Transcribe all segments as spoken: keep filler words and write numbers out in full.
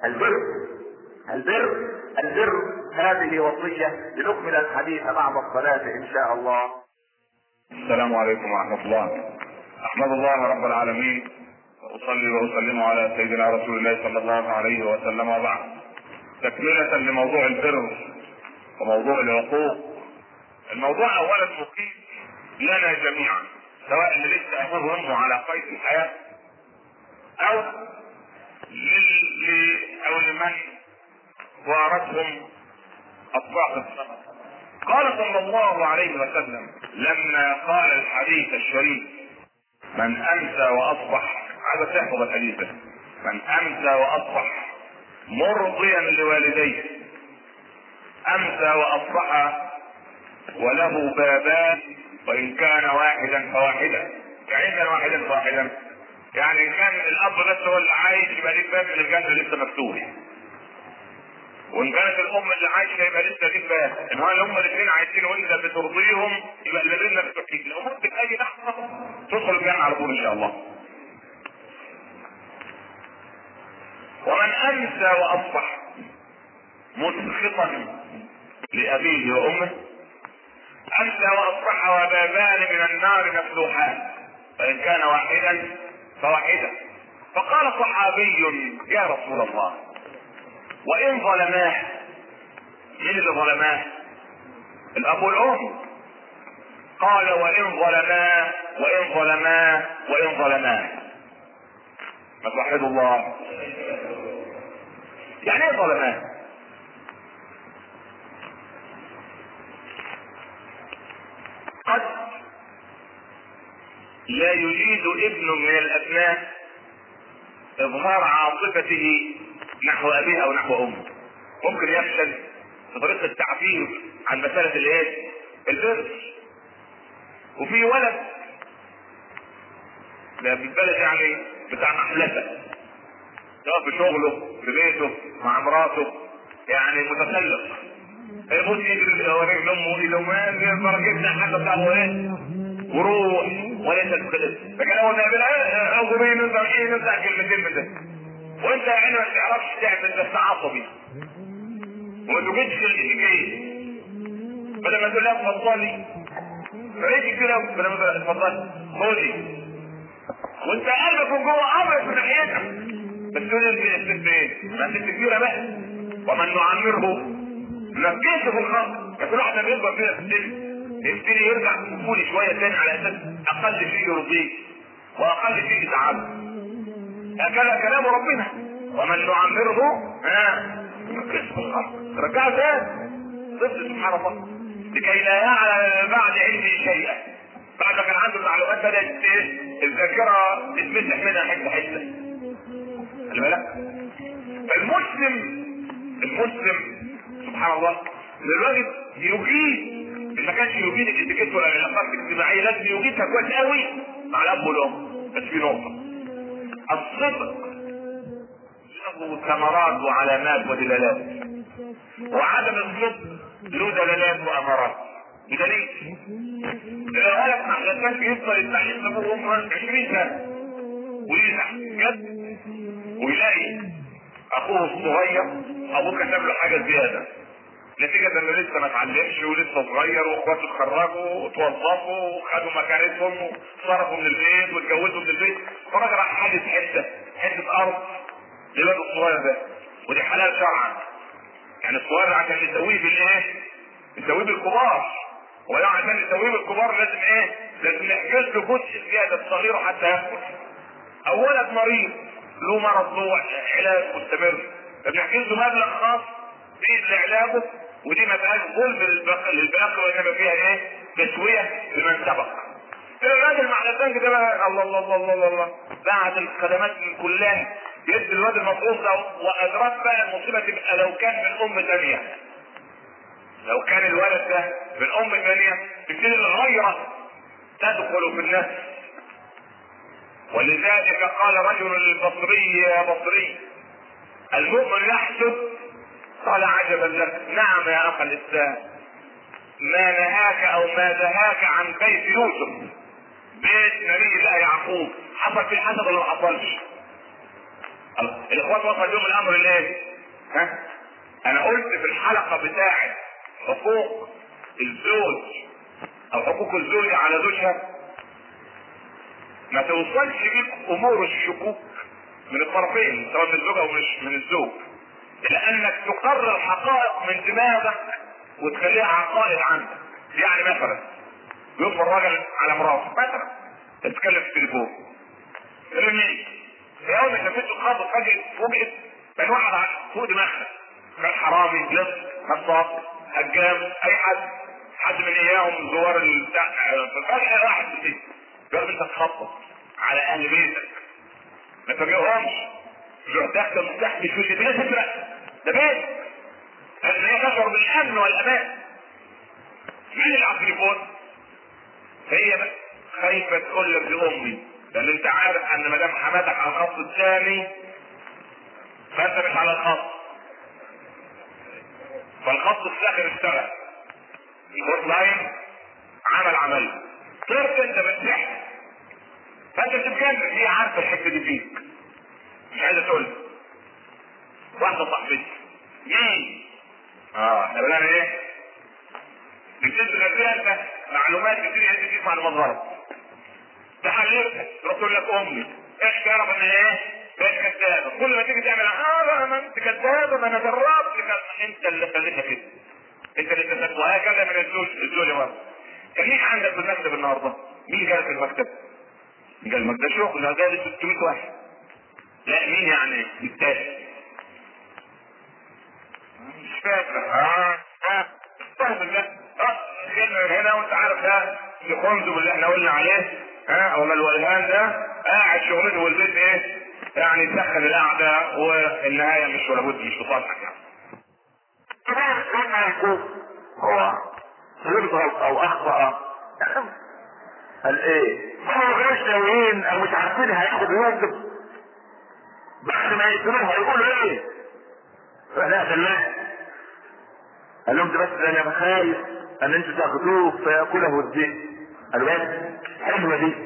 البر البر البر هذه وصية. لنكمل الحديث بعد الصلاة ان شاء الله. السلام عليكم ورحمة الله. احمد الله رب العالمين واصلي واسلم على سيدنا رسول الله صلى الله عليه وسلم، وبعد. تكملة لموضوع البر وموضوع العقوق. الموضوع اولا مفيد لنا جميعا، سواء اللي لسه ابوه وامه على قيد الحياة او لل... او لمن وارثهم اطباق السماء. قال صلى الله عليه وسلم لما قال الحديث الشريف: من امسى واصبح، عايز تحفظ الحديث ده، من امسى واصبح مرضيا لوالديه، امسى واصبح وله بابان وان كان واحدا فواحدا. يعني كان واحدا فواحدا يعني ان كان الاب بس هو اللي عايش يبقى ليه باب من الجنه لسه مفتوح، وان كانت الام اللي عايشه يبقى لسه ليه باب. ان هو هم الاثنين عايشين وانت بترضيهم يبقى البابين مفتوحين. لو ممكن اي لحظه تدخل الجنه على طول ان شاء الله. ومن امسى واصبح مسخطا لابيه وامه، امسى واصبح وبابان من النار مفتوحان فان كان واحدا فواحدا. فقال صحابي: يا رسول الله وان ظلماه. مين اللي ظلماه؟ الاب والام. قال: وان ظلماه وان ظلماه وان ظلماه. ما توحدوا الله. يعني ايه ظلماه؟ قد لا يريد ابن من الابناء اظهار عاطفته نحو ابيه او نحو امه. ممكن يفشل في طريقه التعبير عن مساله الايه؟ البر. وفي ولد ده في البلد يعني بتاع محلفه، سواء في شغله في بيته مع مراته، يعني متسلق، يبص يجري ورجل امه الى ما فرجتنا حتى بتاعه ايه وروح وليس تخلص. لكن اول ما يقابلها او جميل نزع ايه نزع كلمتين من ده، وانت يعني ما تعرفش تعمل بس عصبي وما تجدش الايه. بدل ما تقول لها اتفضلي فريجي كده، بدل ما تقول لها اتفضلي خدي وانت قلبك من جوه امرك من ناحيتها، بس تقول لي الست ايه؟ ما انت كبيره بقى. ومن نعمره نبكيته في الخط. بس الواحد لما يكبر فيها في السن يبتدي يرجع طفولي شويه تاني على اساس اقل شيء يرضيه واقل شيء يتعبه. هكذا كلام ربنا: ومن نعمره ها نبكيته في الخط. رجعه تاني طفل سبحان الله لكي لا يعلم بعد علمه شيئا. بعد ما كان عنده المعلومات بدات الذاكره تتمسح منها حته حته. خلي بالك. المسلم المسلم سبحان الله الراجل يجيد، ما كانش يجيد الاتيكيت ولا العلاقات الاجتماعيه، لازم يجيدها كويس قوي مع الاب والام. بس في نقطه: الصدق له ثمرات وعلامات ودلالات، وعدم الصدق له دلالات وامارات. بدليل لو قالك ما كانش يفضل يتحدث ابوه وامه عشرين سنه ويلحق جد ويلاقي اخوه الصغير ابوه كتب له حاجه زياده نتيجه انه لسه ما اتعلمش ولسه صغير، واخواته اتخرجوا وتوظفوا وخدوا مكانتهم وصرفوا من البيت واتجوزوا من البيت، فالراجل راح حاجز حته حته ارض للواد الصغير ده، ودي حلال شرعا. يعني الصغير عشان يسويه بالايه؟ يسويه بالكبار، ولا عشان يسويه بالكبار لازم ايه؟ لازم نحجز له جزء زياده صغيره حتى ياكل. او ولد مريض له مرض له علاج مستمر، فبنحجز له مبلغ خاص فيه لعلاجه، ودي ما فيهاش ظلم للباقي وانما فيها ايه؟ تسويه لمن سبق. الراجل مع البنك ده بقى الله الله الله الله الله بعد الخدمات كلها يدي الواد المفروض ده، وادراك بقى المصيبه تبقى لو كان من ام ثانيه. لو كان الولد ده من ام ثانيه تبتدي الغيره تدخل في النفس. ولذلك قال رجل للبصري: يا بصري المؤمن يحسد. قال: عجبا لك. نعم يا اخ الاسلام، ما نهاك او ما نهاك عن بيت يوسف بيت نبي الله يعقوب حصل في الحسد ولا ما حصلش؟ الاخوات وصل لهم الامر ليه؟ ها؟ انا قلت في الحلقه بتاعه حقوق الزوج او حقوق الزوج على زوجها ما توصلش بيك امور الشكوك من الطرفين سواء من الزوج او مش من الزوج، لانك تقرر حقائق من دماغك وتخليها عقائد عندك. يعني مثلا يدخل راجل على مراته مثلا تتكلم في التليفون ترمي يا اول ما شافته خاطر فجأة فوجئت كان واحد فوق دماغها، كان حرامي لص نصاب هجام اي حد حد من اياهم زوار البتاع، فجأة واحد كده يقول انت تخطط على اهل بيتك ما تواجههمش، تروح داخل المفتاح مش وش الناس تسرق ده بيت، لان هي تشعر بالامن والامان. مين اللي على التليفون؟ هي بقى خايفه تقول لك دي امي، لان انت عارف ان ما دام حماتك على الخط الثاني فانت مش على الخط، فالخط الساخن اشتغل، الهوت لاين عمل عمل، طرت انت بتسحب، فانت بتتكلم هي عارفه الحته دي فيك مش عايزه تقول. واحده صاحبتي مين؟ اه احنا بنعمل ايه؟ بتدخل فيها انت معلومات كتير انت تجيب معلومات غلط تحللها تروح تقول لك امي ايش تعرف ان ايه؟ بقيت كذابه، كل ما تيجي تعمل اه ما انت كذابه ما انا جربت، انت اللي خليتها كده، انت اللي كذبت. وهكذا من الزوج الزوج برضه. كان مين عندك في المكتب النهارده؟ مين جالك في المكتب؟ قال المكتب شغل ده جالس ستمية واحد. لا مين يعني التاني؟ مش فاكر. اه اه فاهم الله. اه كلمه هنا وانت عارف ده يخنزب اللي احنا قلنا عليه ها او الولهان ده قاعد شغلته والبيت ايه؟ يعني يسخن القعده والنهايه مش ولا بد مش بتضحك يعني. لما يكون هو يغلط او اخطأ قال ايه؟ هو غيرش ناويين او مش عارفين هياخد يوسف بعد ما يقتلوه هيقولوا ايه؟ لا بالله قال لهم بس انا بخايف ان انتوا تاخدوه فياكله الذئب. قالوا بس حلوه دي،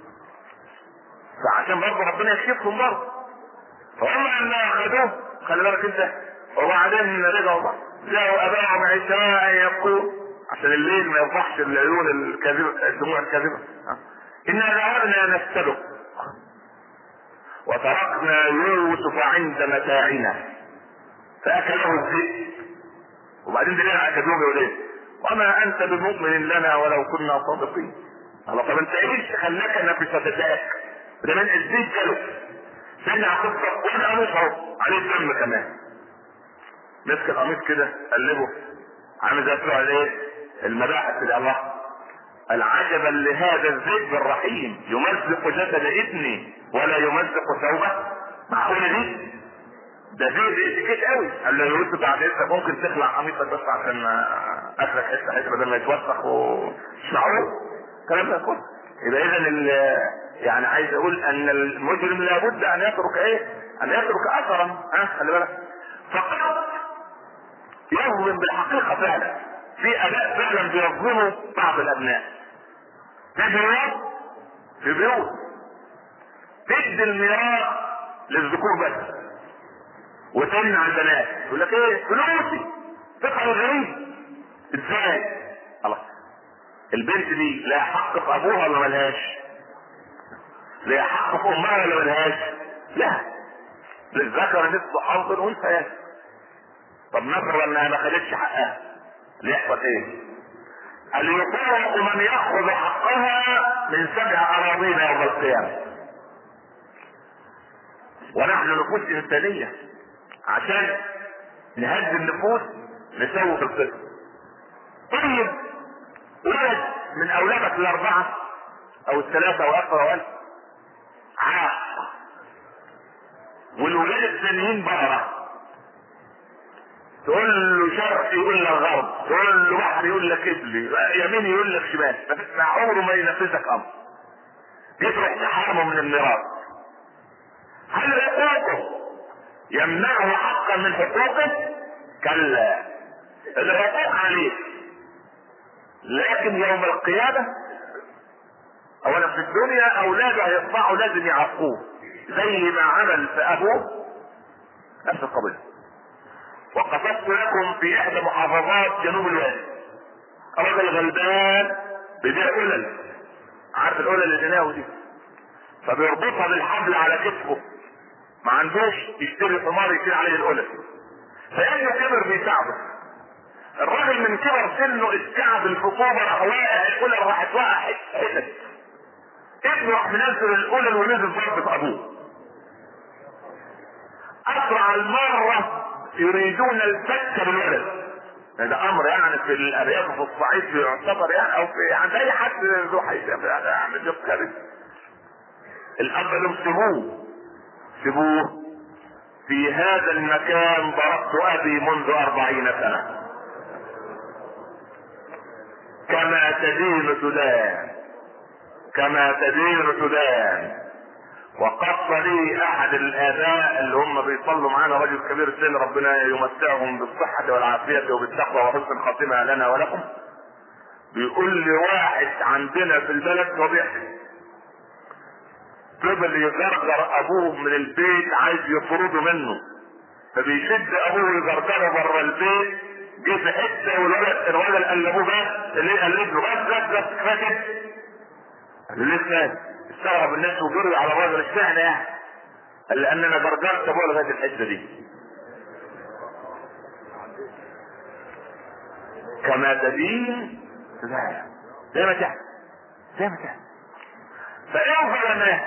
فعشان برضه ربنا يكشفهم برضه فهم ان اخذوه خلي بالك انت. وبعدين رجعوا بقى لقوا اباهم عشاء يبكون عشان الليل ما يفضحش العيون الكاذبه الدموع الكاذبه. انا ذهبنا نستبق وتركنا يوسف عند متاعنا فاكله الذئب. وبعدين دليل على كذوبه وليه؟ وما انت بمؤمن لنا ولو كنا صادقين. الله طب انت ايش خلاك انا في صدقك؟ ده من الزيت جاله سمع قصه وانا قميص اهو عليه الدم كمان، مسك القميص كده قلبه عامل زي بتوع الايه؟ المباحث اللي الله العجبا لهذا الذئب الرحيم يمزق جسد ابني ولا يمزق ثوبه. معقوله دي؟ ده ذئب اتيكيت قوي. قال له يوسف بعد اذنك ممكن تخلع قميصك بس عشان اكلك حته حته بدل ما يتوسخ ومش معقول الكلام ده كله. يبقى اذا يعني عايز اقول ان المجرم لابد ان يترك ايه؟ ان يترك اثرا. ها خلي بالك فقط يظلم بالحقيقه فعلا. في اباء فعلا بيظلموا بعض الابناء في بيوت في بيوت تدي الميراث للذكور بس وتمنع البنات. يقول لك ايه؟ فلوسي تدفع الغريب ازاي؟ الله البنت دي لا حق في ابوها ولا ملهاش؟ لا حق في امها ولا ملهاش؟ لا للذكر نصف حظ الانثيين. طب نفرض انها ما خدتش حقها اللي يحصل ايه؟ اللي يطوق من ياخذ حقها من سبع اراضين يوم القيامه. ونحن نفوس انسانيه عشان نهدي النفوس نسوي في القسم. طيب ولد من اولادك الاربعه او الثلاثه او اكثر او الف عاق والولاد الثانيين بره، تقول له شرق يقول لك غرب، تقول له بحر يقول لك قبلي، يمين يقول لك شمال، ما عمره ما ينفذك امر. يترك تحرمه من الميراث. هل حقوقه يمنعه حقا من حقوقه؟ كلا الحقوق عليه، لكن يوم القيامة اولا في الدنيا اولاده هيطلعوا لازم يعقوه زي ما عمل في ابوه نفس القضيه. وقصدت لكم في احدى محافظات جنوب الوادي رجل غلبان بيبيع قلل، عارف القلل اللي جناوي دي، فبيربطها بالحبل على كتفه، ما عندوش يشتري حمار يشيل عليه القلل، فابنه كبر بيساعده. الراجل من كبر سنه اتكعب الخطوبه، راح واقع القلل، راحت واقع حتت، ابنه راح منزل القلل ونزل ضربة ابوه. اسرع المره يريدون الفك بالولد، هذا امر يعني في الارياف وفي الصعيد بيعتبر يعني، او في عند اي حد ذو حيث يعني ذو كارثه. الاب لهم سيبوه سيبوه في هذا المكان ضربت ابي منذ اربعين سنه، كما تدين تدان كما تدين تدان. وقص لي احد الاباء اللي هم بيصلوا معانا، رجل كبير السن ربنا يمتعهم بالصحة والعافية وبالتقوى وحسن الخاتمة لنا ولكم، بيقول لي واحد عندنا في البلد وبيحكي قبل يغرغر ابوه من البيت، عايز يطرده منه، فبيشد ابوه يغرغره بره البيت، جه في حته والولد الولد قال لابوه بس اللي قال له بس بس بس فاكر لسه استغرب الناس وجروا على الراجل اشمعنى يعني؟ قال لان انا غرغرت ابوه لغايه الحته دي. كما تدين لا زي ما تعمل زي ما تعمل. فايه ظلمات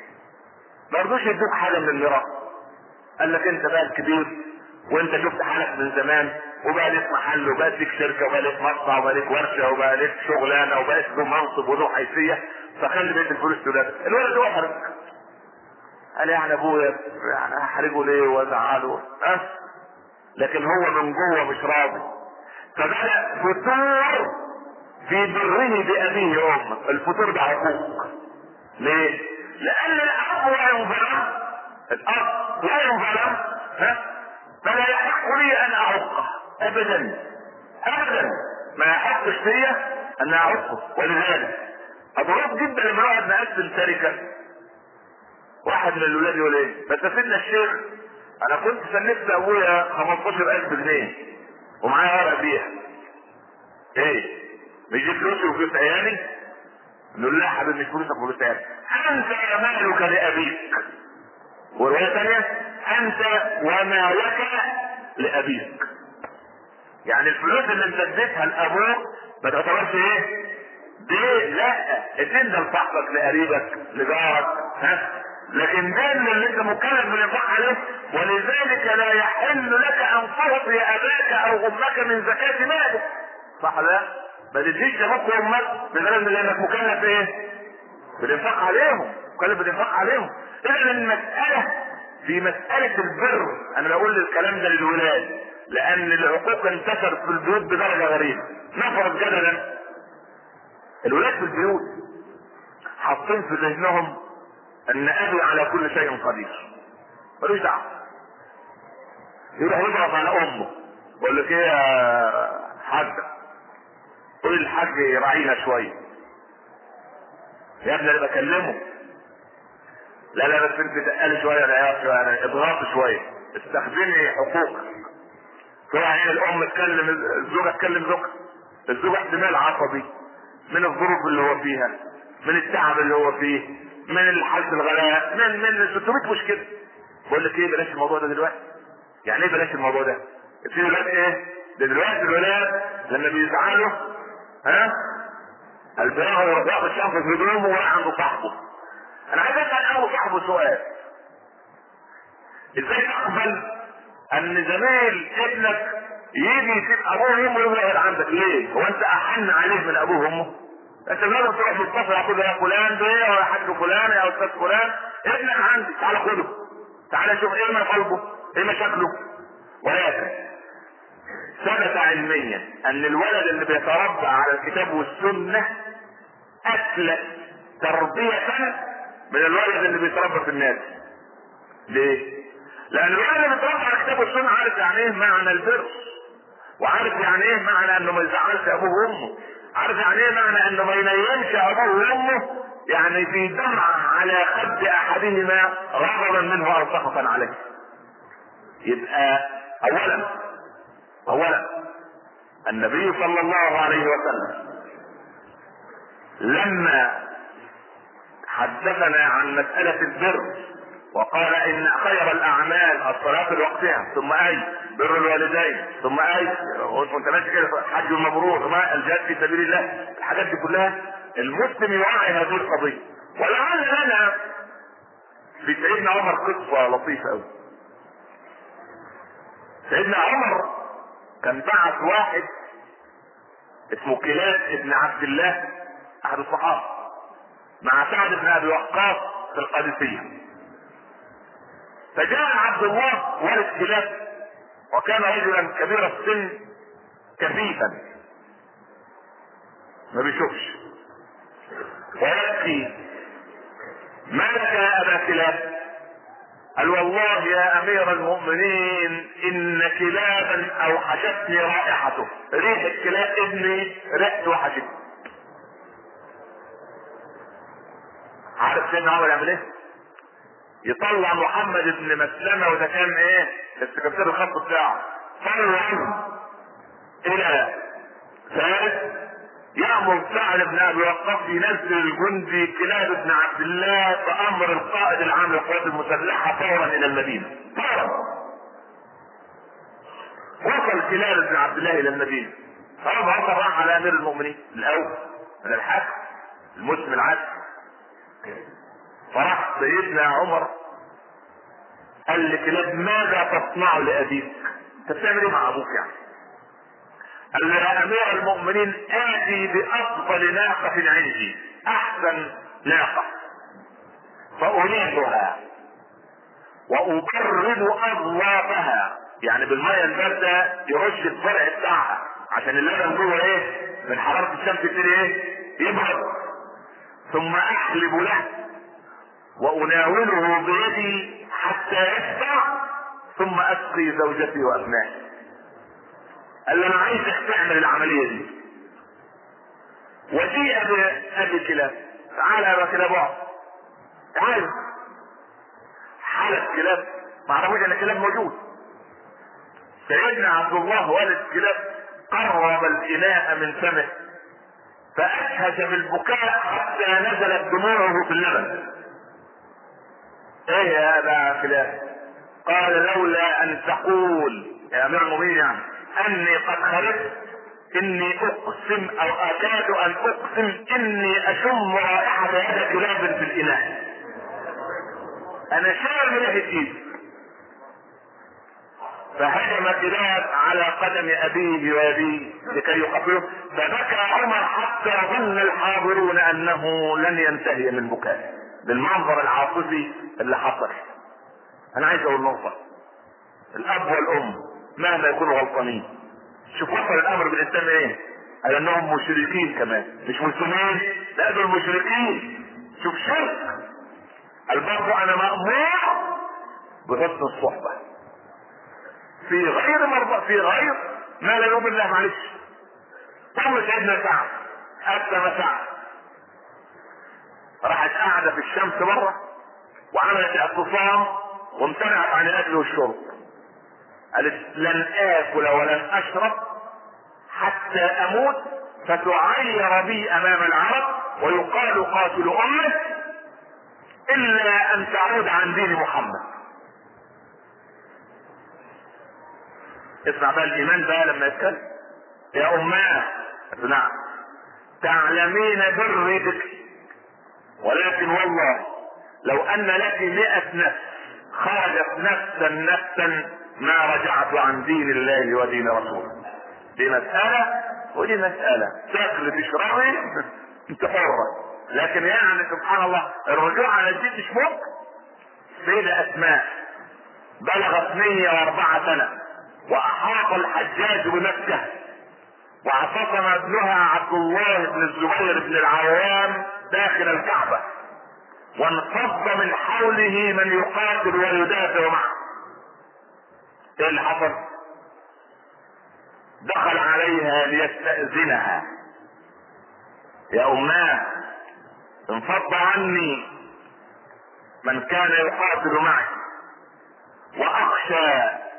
ما رضوش يدوك حاجه من الميراث، قال لك انت بقى الكبير وانت شفت حالك من زمان، وبقى لك محل وبقى لك شركه وبقى لك مصنع وبقى لك ورشه وبقى لك شغلانه وبقى لك منصب وذو حيثيه، فخلي بيت الفلوس تدافع. الولد وحرك قال يعني ابويا يعني هحرجه ليه وازعله أه؟ لكن هو من جوه مش راضي، فبدأ فتور في بره بأبيه وامه. الفتور ده عقوق. ليه؟ لأن الأب لا ينظلم، الأب لا ينظلم، ها؟ فلا يحق لي أن أعقه أبدا أبدا، ما يحقش لي أن أعقه. ولذلك أضرب جدا لما نقعد نقسم شركة، واحد من الولاد يقول ايه بس سيدنا الشيخ انا كنت سلفت ابويا خمستاشر الف جنيه ومعايا ورق بيها، ايه بيجيب فلوسي وفلوس عيالي؟ نقول لا يا حبيبي مش فلوسك وفلوس عيالي، انت مالك لابيك. وروايه ثانيه انت وما لك لابيك، يعني الفلوس اللي انت اديتها لابوك ما تعتبرش ايه دي، لا ادينا لصاحبك لقريبك لجارك، ها؟ لكن ده اللي انت مكلف بالانفاق عليه، ولذلك لا يحل لك ان تعطي اباك او امك من زكاة مالك، صح لا؟ ما تديش لابوك وامك بغير لانك مكلف ايه؟ بالانفاق عليهم، مكلف بالانفاق عليهم. اذا المسألة في مسألة البر، انا بقول الكلام ده للولاد لان العقوق انتشر في البيوت بدرجة غريبة. نفرض جدلا الولاد في البيوت حاطين في ذهنهم ان ابي على كل شيء قدير، ملوش دعوه، يروح يضغط على امه يقول لك ايه يا حاج، قول الحاج يراعينا شويه يا ابني انا بكلمه، لا لا بس انت تقل شويه العيال شويه انا اضغط شويه، استخدمي حقوقك. تروح الام تكلم الزوجه تكلم زوجها، الزوج احتمال عصبي من الظروف اللي هو فيها، من التعب اللي هو فيه، من الحالة الغلاء، من من ستمية مشكلة. بقول لك ايه بلاش الموضوع ده دلوقتي. يعني ايه بلاش الموضوع ده؟ في ولاد ايه؟ ده دلوقتي الولاد لما بيزعلوا ها؟ البنات يروح الشخص في هدومه ولا عنده صاحبه. انا عايز اسال ابو صاحبه سؤال. ازاي تقبل ان زميل ابنك يجي يسيب ابوه وامه ويقعد عندك؟ ليه؟ هو انت احن عليه من ابوه وامه؟ انت لازم تروح تتصل على يا فلان ده يا حاج فلان يا استاذ فلان ابنك عندي تعال خده، تعال شوف ايه مطالبه ايه مشاكله. ولكن ثبت علميا ان الولد اللي بيتربى على الكتاب والسنه اسلم تربيه من الولد اللي بيتربى في الناس. ليه؟ لان الولد اللي بيتربى على الكتاب والسنه عارف يعني ايه معنى البر، وعارف يعني ايه معنى انه ما يزعلش ابوه وامه، عارف يعني ايه معنى انه ما ينيمش ابوه وامه، يعني في دمعة على خد احدهما غضبا منه او سخطا عليه. يبقى اولا اولا النبي صلى الله عليه وسلم لما حدثنا عن مسألة البر وقال ان خير الاعمال الصلاة لوقتها، ثم اي بر الوالدين، ثم اي وانت ماشي كده حج مبرور، ثم الجهاد في سبيل الله، الحاجات دي كلها المسلم يراعي هذه القضية. ولعل لنا في سيدنا عمر قصة لطيفة قوي. سيدنا عمر كان بعث واحد اسمه كلاب ابن عبد الله احد الصحابة مع سعد بن ابي وقاص في القادسية. فجاء عبد الله والد كلاب وكان رجلا كبير السن كثيفا ما بيشوفش ويبكي. ما لك يا ابا كلاب؟ قال والله يا امير المؤمنين ان كلابا اوحشتني رائحته، ريحة كلاب ابني ريحته وحشتني. عارف سيدنا عمر يعمل ايه؟ يطلع محمد بن مسلمة وده كان ايه السكرتير الخاص بتاعه، طلع الى ثالث يأمر سعد بن ابي وقاص ينزل الجندي كلاب بن عبد الله بامر القائد العام للقوات المسلحه فورا الى المدينه. فورا وصل كلاب بن عبد الله الى المدينه. فابو بكر راح على امير المؤمنين الاول من الحاكم المسلم العادل. فراح سيدنا عمر قال لكلاب ماذا تصنع لابيك؟ انت بتعمل ايه مع ابوك يعني؟ قال له يا امير المؤمنين اتي بافضل ناقة عندي، احسن ناقة، فاريدها وابرد اضلافها، يعني بالمية الباردة يرش الضلع بتاعها عشان اللبن جوه ايه من حرارة الشمس يبتدي ايه يبرد، ثم احلب له واناوله بيدي حتى يشبع، ثم اسقي زوجتي وابنائي. قال له انا عايزك تعمل العملية دي. وجيء بأبي كلاب، تعالى يا ابا كلاب اقعد، تعالى. حالة كلاب ما عرفوش ان كلاب موجود. سيدنا عبد الله والد كلاب قرب الاناء من فمه فاشهد بالبكاء حتى نزلت دموعه في اللبن. ايه يا ابا كلاب؟ قال لولا ان تقول يا امير المؤمنين يعني اني قد خرجت اني اقسم او اكاد ان اقسم اني اشم رائحة يد كلاب في الاناء. انا شامم ريحة ايدي. فهجم كلاب على قدم ابيه وابيه لكي يقبله، فبكى عمر حتى ظن الحاضرون انه لن ينتهي من بكائه بالمنظر العاطفي اللي حصل. انا عايز اقول نقطة، الاب والام مهما يكونوا غلطانين، شوف وصل الامر بالاسلام ايه؟ على انهم مشركين كمان، مش مسلمين، لا دول مشركين. شوف شرك. البرضو انا مأمور بحسن الصحبة في غير مرضى، في غير ما لا يؤمن الله. معلش ثم سيدنا سعد اسلم سعد، راحت قاعدة في الشمس مرة وعملت اعتصام وامتنعت عن الاكل والشرب. قالت لن اكل ولن اشرب حتى اموت فتعير بي امام العرب ويقال قاتل امه الا ان تعود عن دين محمد. اسمع بقى الايمان بقى لما يتكلم. يا اماه نعم تعلمين بري بك، ولكن والله لو ان لك مئة نفس خرجت نفسا نفسا ما رجعت عن دين الله ودين رسوله. دي مسألة ودي مسألة، تاكل تشربي انت حرة، لكن يعني سبحان الله الرجوع على الدين مش ممكن. سيدة اسماء بلغت مية واربعة سنة واحاط الحجاج بمكة واعتصم ابنها عبد الله بن الزبير بن العوام داخل الكعبة وانفض من حوله من يقاتل ويدافع معه. ايه اللي حصل؟ دخل عليها ليستأذنها. يا اماه انفض عني من كان يقاتل معي واخشى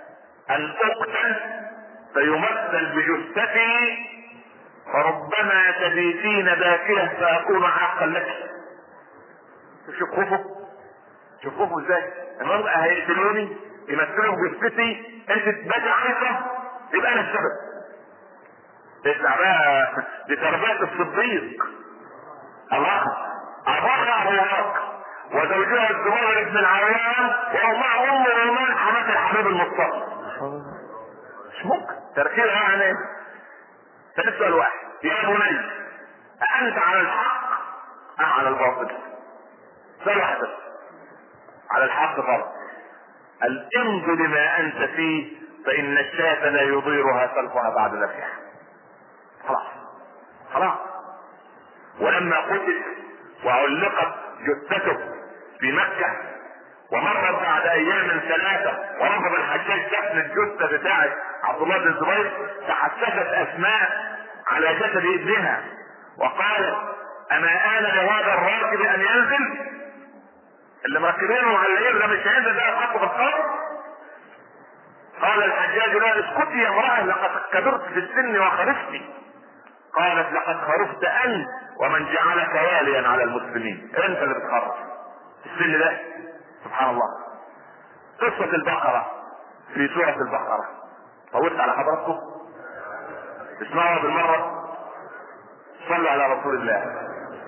ان اقتل فيمثل بجثتي فربما تبيتين باكية فاكون عاقا لك. شوف خوفه، شوف خوفه ازاي. المرأة هيقتلوني يمثلوا بجثتي، انت تبات عاقة يبقى انا السبب. اسمع بقى دي تربية الصديق. الله ابوها ابو بكر وزوجها الزبير بن العوام ومع ام رومان حماة الحبيب المصطفى. مش ممكن تركيبها يعني. تسأل واحد يا بني أأنت على الحق أم على الباطل؟ سؤال واحد على الحق فرق. قال امض لما أنت فيه فإن الشاة لا يضيرها سلفها بعد ذبحها. خلاص خلاص. ولما قتل وعلقت جثته في مكة ومرت بعد ايام ثلاثة ورفض الحجاج دفن الجثة بتاعت عبد الله بن الزبير، تحسست اسماء على جسد ابنها وقالت اما آن لهذا الراكب ان ينزل؟ اللي مركبينه على الابره مش هينزل ده يحطه في الارض. قال الحجاج لا اسكتي يا امرأة لقد كبرت في السن وخرفتي. قالت لقد خرفت انت ومن جعلك واليا على المسلمين. انت اللي بتخرف السن ده. سبحان الله. قصة البقرة في سورة البقرة طولت على حضراتكم؟ اسمعوا بالمرة. صلوا على رسول الله.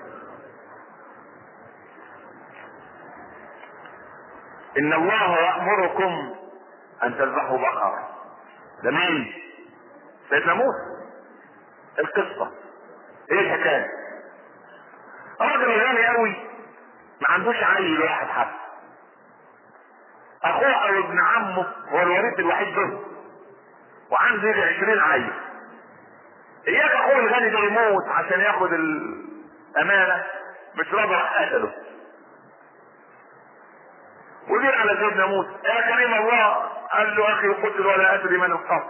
ان الله يأمركم ان تذبحوا بقرة. ده مين؟ سيدنا موسى. القصة ايه الحكاية؟ راجل غني قوي ما عندوش عيل واحد حتى. اخوه او ابن عمه هو الوريث الوحيد له وعنده يجي عشرين عيل. اياك اخوه الغني ده يموت عشان ياخد الامانة مش راضي قتله. وجير على سيدنا موسى يا كريم الله. قال له اخي قتل ولا ادري من القتل.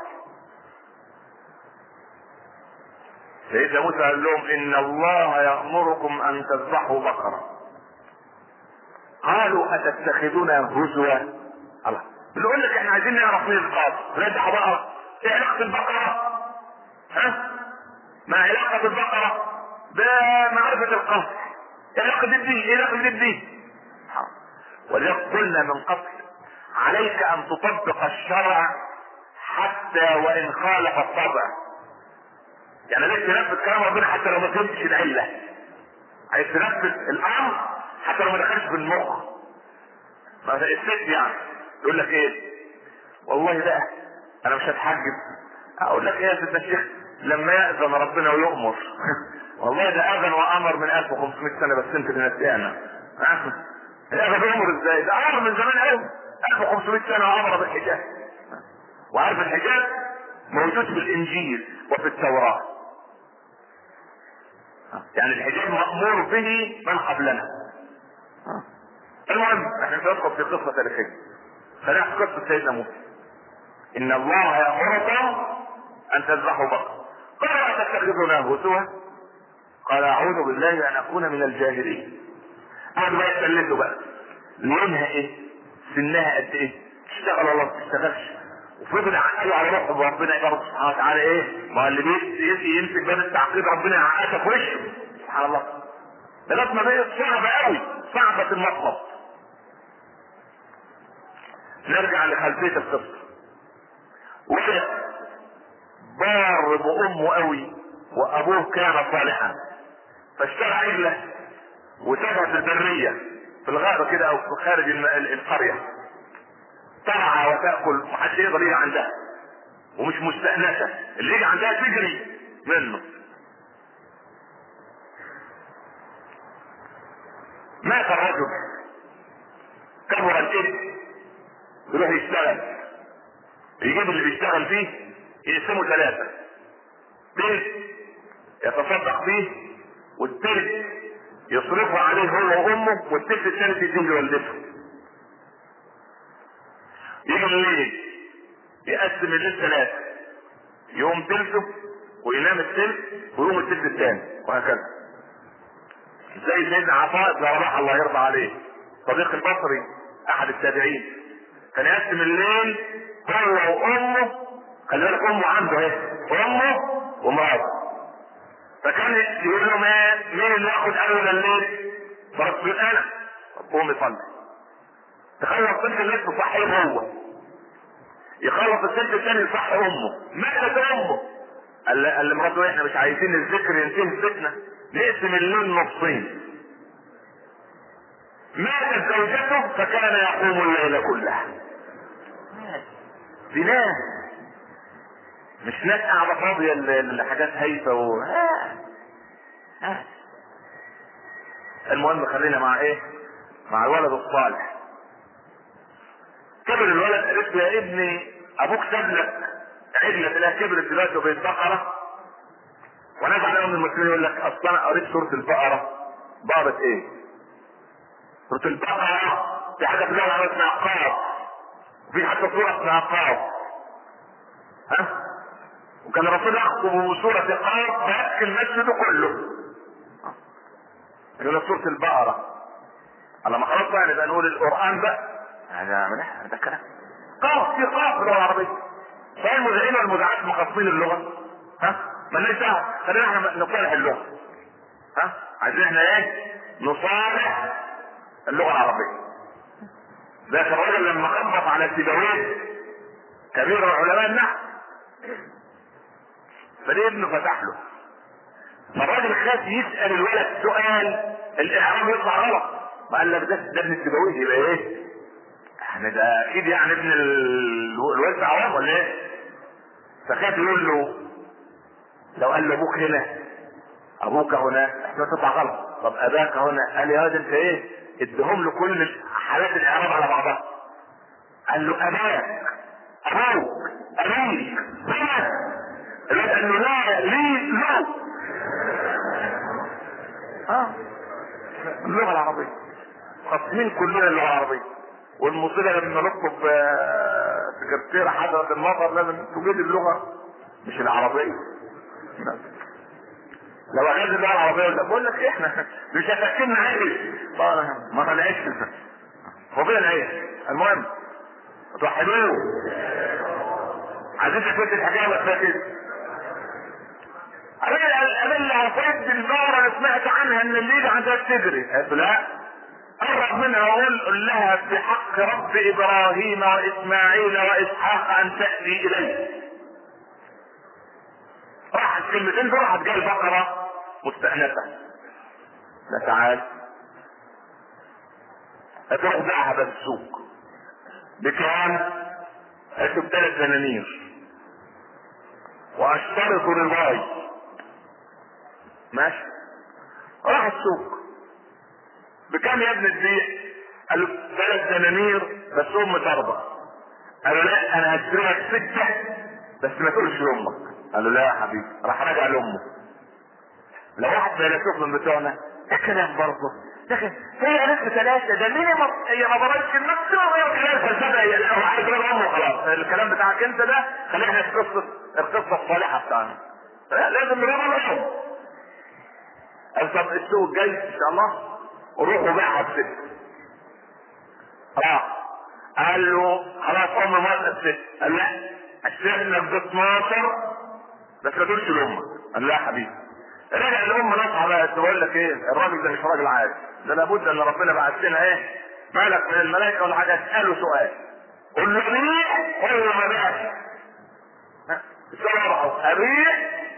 سيدنا موسى قال لهم ان الله يأمركم ان تذبحوا بقرة. قالوا اتتخذنا هزوا؟ الله بنقول لك احنا عايزين نعرف مين القاضي نذبح بقرة. ايه علاقة البقرة؟ ها؟ ما علاقة البقرة بمعرفة القاضي؟ ايه علاقة دي بدي؟ ايه علاقة دي بدي؟ ولذلك قلنا من قبل عليك ان تطبق الشرع حتى وان خالف الطبع. يعني ليش تنفذ كلام ربنا حتى لو ما فهمتش العله. عايز تنفذ الامر حتى لو ما دخلش في المخ. مثلا الست يعني يقول لك ايه والله لا انا مش هتحجب. اقول لك ايه يا سيدنا الشيخ لما يأذن ربنا ويؤمر. والله ده اذن وامر من ألف وخمسمائة سنه بس انت اللي نسيانا. الاذن يؤمر ازاي؟ ده امر من زمان قوي ألف وخمسمائة سنه وامر بالحجاب. وعارف الحجاب موجود في الانجيل وفي التوراه. يعني الحجاب مأمور به من قبلنا. المهم احنا ندخل في قصة تاريخية. خلينا في قصة سيدنا موسى. ان الله يأمركم ان تذبحوا بقرة. قال اتتخذنا هزوا؟ قال اعوذ بالله ان اكون من الجاهلين. قعدوا بقى يتكلموا بقى لونها ايه؟ سنها قد ايه؟ تشتغل ولا ما تشتغلش؟ وفضل يعقلوا على روحهم وربنا يبارك سبحانه وتعالى ايه؟ ما اللي بيجي يمسك باب التعقيد ربنا يعقدها في وشه. سبحان الله. لغايه ما بقت صعبه قوي، صعبه المطلب. نرجع لخلفيه القصه. واحد بار بامه قوي وابوه كان صالحا فاشترى عجله وسابها في البريه في الغابه كده او في خارج القريه ترعى وتاكل محدش يقدر يجي عندها ومش مستأنسة. اللي يجي عندها تجري منه. مات الرجل كبر الابن يروح يشتغل يجيب اللي بيشتغل فيه يقسمه ثلاثة. بنت يتصدق فيه والتلت يصرفه عليه هو وامه والتلت الثالث يديه لوالدته. يجي الليل يقسم الليل ثلاثة يوم تلته وينام التلت ويوم التلت الثاني وهكذا. زي سيدنا عطاء بن رباح الله يرضى عليه صديق البصري احد التابعين كان يقسم الليل هو وامه، خلي بالك امه عنده اهي، امه ومراته. فكان يقول لهم ايه، مين اللي ياخد اول الليل؟ فرد انا. قوم يصلي. تخلص ثلث الليل تصحيه هو، يخلص الثلث الثاني يصحي امه. ماتت امه، قال قال لمراته احنا مش عايزين الذكر ينتهي في بيتنا، نقسم الليل نصين. ماتت زوجته فكان يقوم الليل كله. دي ناس مش ناس قاعده فاضيه لحاجات هايفه و آه. آه. المهم خلينا مع ايه؟ مع الولد الصالح. كبر الولد، قالت له يا ابني ابوك ساب لك عجله تلاقيها كبرت دلوقتي وبقت بقره، وناس عليهم المسلمين يقول لك اصل انا قريت سوره البقره. بقره ايه؟ سوره البقره في حاجه في اللغه اسمها قاف، وفي حتى سوره اسمها قاف. ها؟ وكان الرسول يخطب سوره قاف فيبكي المسجد كله. يقول سوره البقره. على ما خلاص بقى نبقى نقول القران بقى. هذا من ده كلام قاف، في قاف باللغه العربيه. فهي المذيعين والمذيعات مخاطبين اللغه. ها؟ مالناش دعوه، خلينا احنا نصالح اللغه. ها؟ عايزين احنا ايه؟ نصالح اللغه العربيه. ذاك الرجل لما خبط على سيبويه كبير علماء النحو، فليه ابنه فتح له، فالراجل خاف يسال الولد سؤال الاعراب يطلع غلط، فقال لك ده ده ابن سيبويه يبقى ايه؟ يعني ده اكيد يعني ابن الوالد عوام ولا ايه؟ فخاف يقول له، لو قال له ابوك هنا ابوك هنا احنا تطلع غلط، طب اباك هنا، قال يا واد انت ايه؟ ادهم له كل حالات الاعراب على بعضها. قال له اباك ابوك ابيك هنا، الواد قال له لا لي لا. اه اللغه العربيه خاصين كلنا اللغه العربيه. والمصيبه لما نطلب سكرتيره حضره النظر لازم تجيب اللغه مش العربيه. لو عايز اللغه العربيه ولا بقول لك احنا مش هتاكلنا عادي ما طلعتش هو فين العيش. المهم توحدوه. عايزين تفوت الحكايه ولا فاتت؟ انا اللي عرفت بالنار انا سمعت عنها ان الليله عندها تجري. قلت لا، قرب منها واقول قل لها بحق رب ابراهيم واسماعيل واسحاق ان تاتي اليه. راحت كلمتين دول راحت جاي البقره مستأنفه. لا تعال هتروح باعها بس السوق بكام؟ قلت بثلاث دنانير واشترط رضاي. ماشي. راح السوق بكام يا ابن تبيع؟ قال له ثلاث دنانير بس ام ترضى. قال له لا انا هشتريها بسته بس ما تقولش لامك. قال له لا يا حبيبي. راح راجع لامه. لو واحد من الفلاسفه من بتوعنا ده كلام برضه، لكن هي ناس ثلاثه ده مين هي ما ضربتش النفس وهي كلام فلسفه او عايز يقول امه خلاص. الكلام بتاعك انت ده خلينا في قصه القصه الصالحه بتاعنا. لازم نقول لهم قال طب السوق الجاي ان شاء الله وروحوا باعها بست. اه قال له خلاص ام موافقه بست. قال لا اشتري لك ب اتناشر بس ما تقولش لامك. قال لا يا حبيبي. رجع الام نصحى بقى تقول لك ايه الراجل ده مش راجل عادي، ده لابد ان ربنا بعت لنا ايه مالك من الملائكه ولا حاجه. اساله سؤال قول له ابيع ولا ما بيعش؟ السؤال ابيع.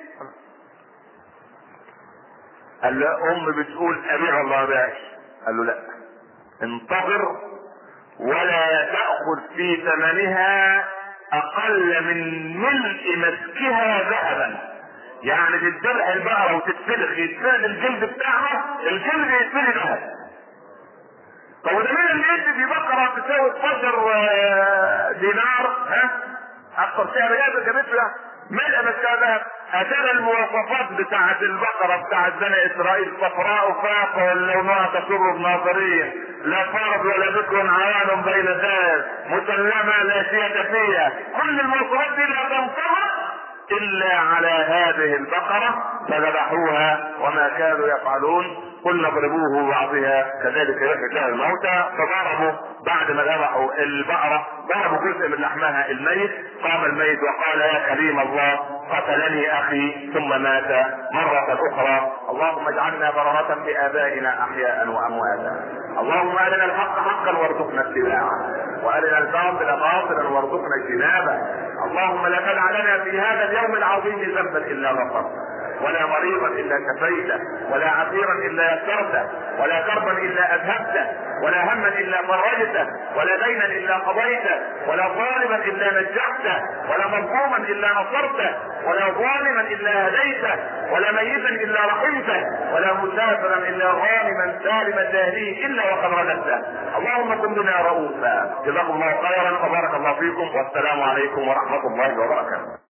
قال له ام بتقول ابيع ولا ما بيعش؟ قال له لا انتظر ولا تاخذ في ثمنها اقل من ملء مسكها ذهبا. يعني تتذبح البقره وتتسلخ يتسلخ الجلد بتاعها، الجلد يتسلخ ذهب. طب وده مين اللي يدي في بقره تساوي اتناشر دينار؟ ها اكثر سعر جابت جابته يعني ملء مسكها ذهب. اتانا المواصفات بتاعت البقره بتاعت بني اسرائيل صفراء فاقه لونها تسر الناظرين، لا فرد ولا ذكر عوان بين ذات مسلمه لا شية فيها. كل المواصفات دي لا تنطبق الا على هذه البقرة فذبحوها وما كانوا يفعلون. قلنا اضربوه بعضها كذلك يحيي الله الموتى. فضربوا بعد ما ذبحوا البقرة ضربوا جزء من لحمها الميت. قام الميت وقال يا كريم الله قتلني اخي ثم مات مرة اخرى. اللهم اجعلنا بررة بابائنا احياء وامواتا. اللهم ارنا الحق حقا وارزقنا اتباعه وارنا الباطل باطلا وارزقنا اجتنابه. اللهم لا تدع لنا في هذا اليوم العظيم ذنبا الا غفرته ولا مريضا الا كفيته ولا عسيرا الا يسرته ولا كربا الا اذهبته ولا هما الا فرجته ولا دينا الا قضيته ولا ظالما الا نجحته ولا مظلوما الا نصرته ولا ظالما الا هديته ولا ميتا الا رحمته ولا مسافرا الا غانما سالما لاهليه الا وقد رددته. اللهم كن بنا رؤوفا. جزاكم الله خيرا وبارك الله فيكم والسلام عليكم ورحمه الله وبركاته.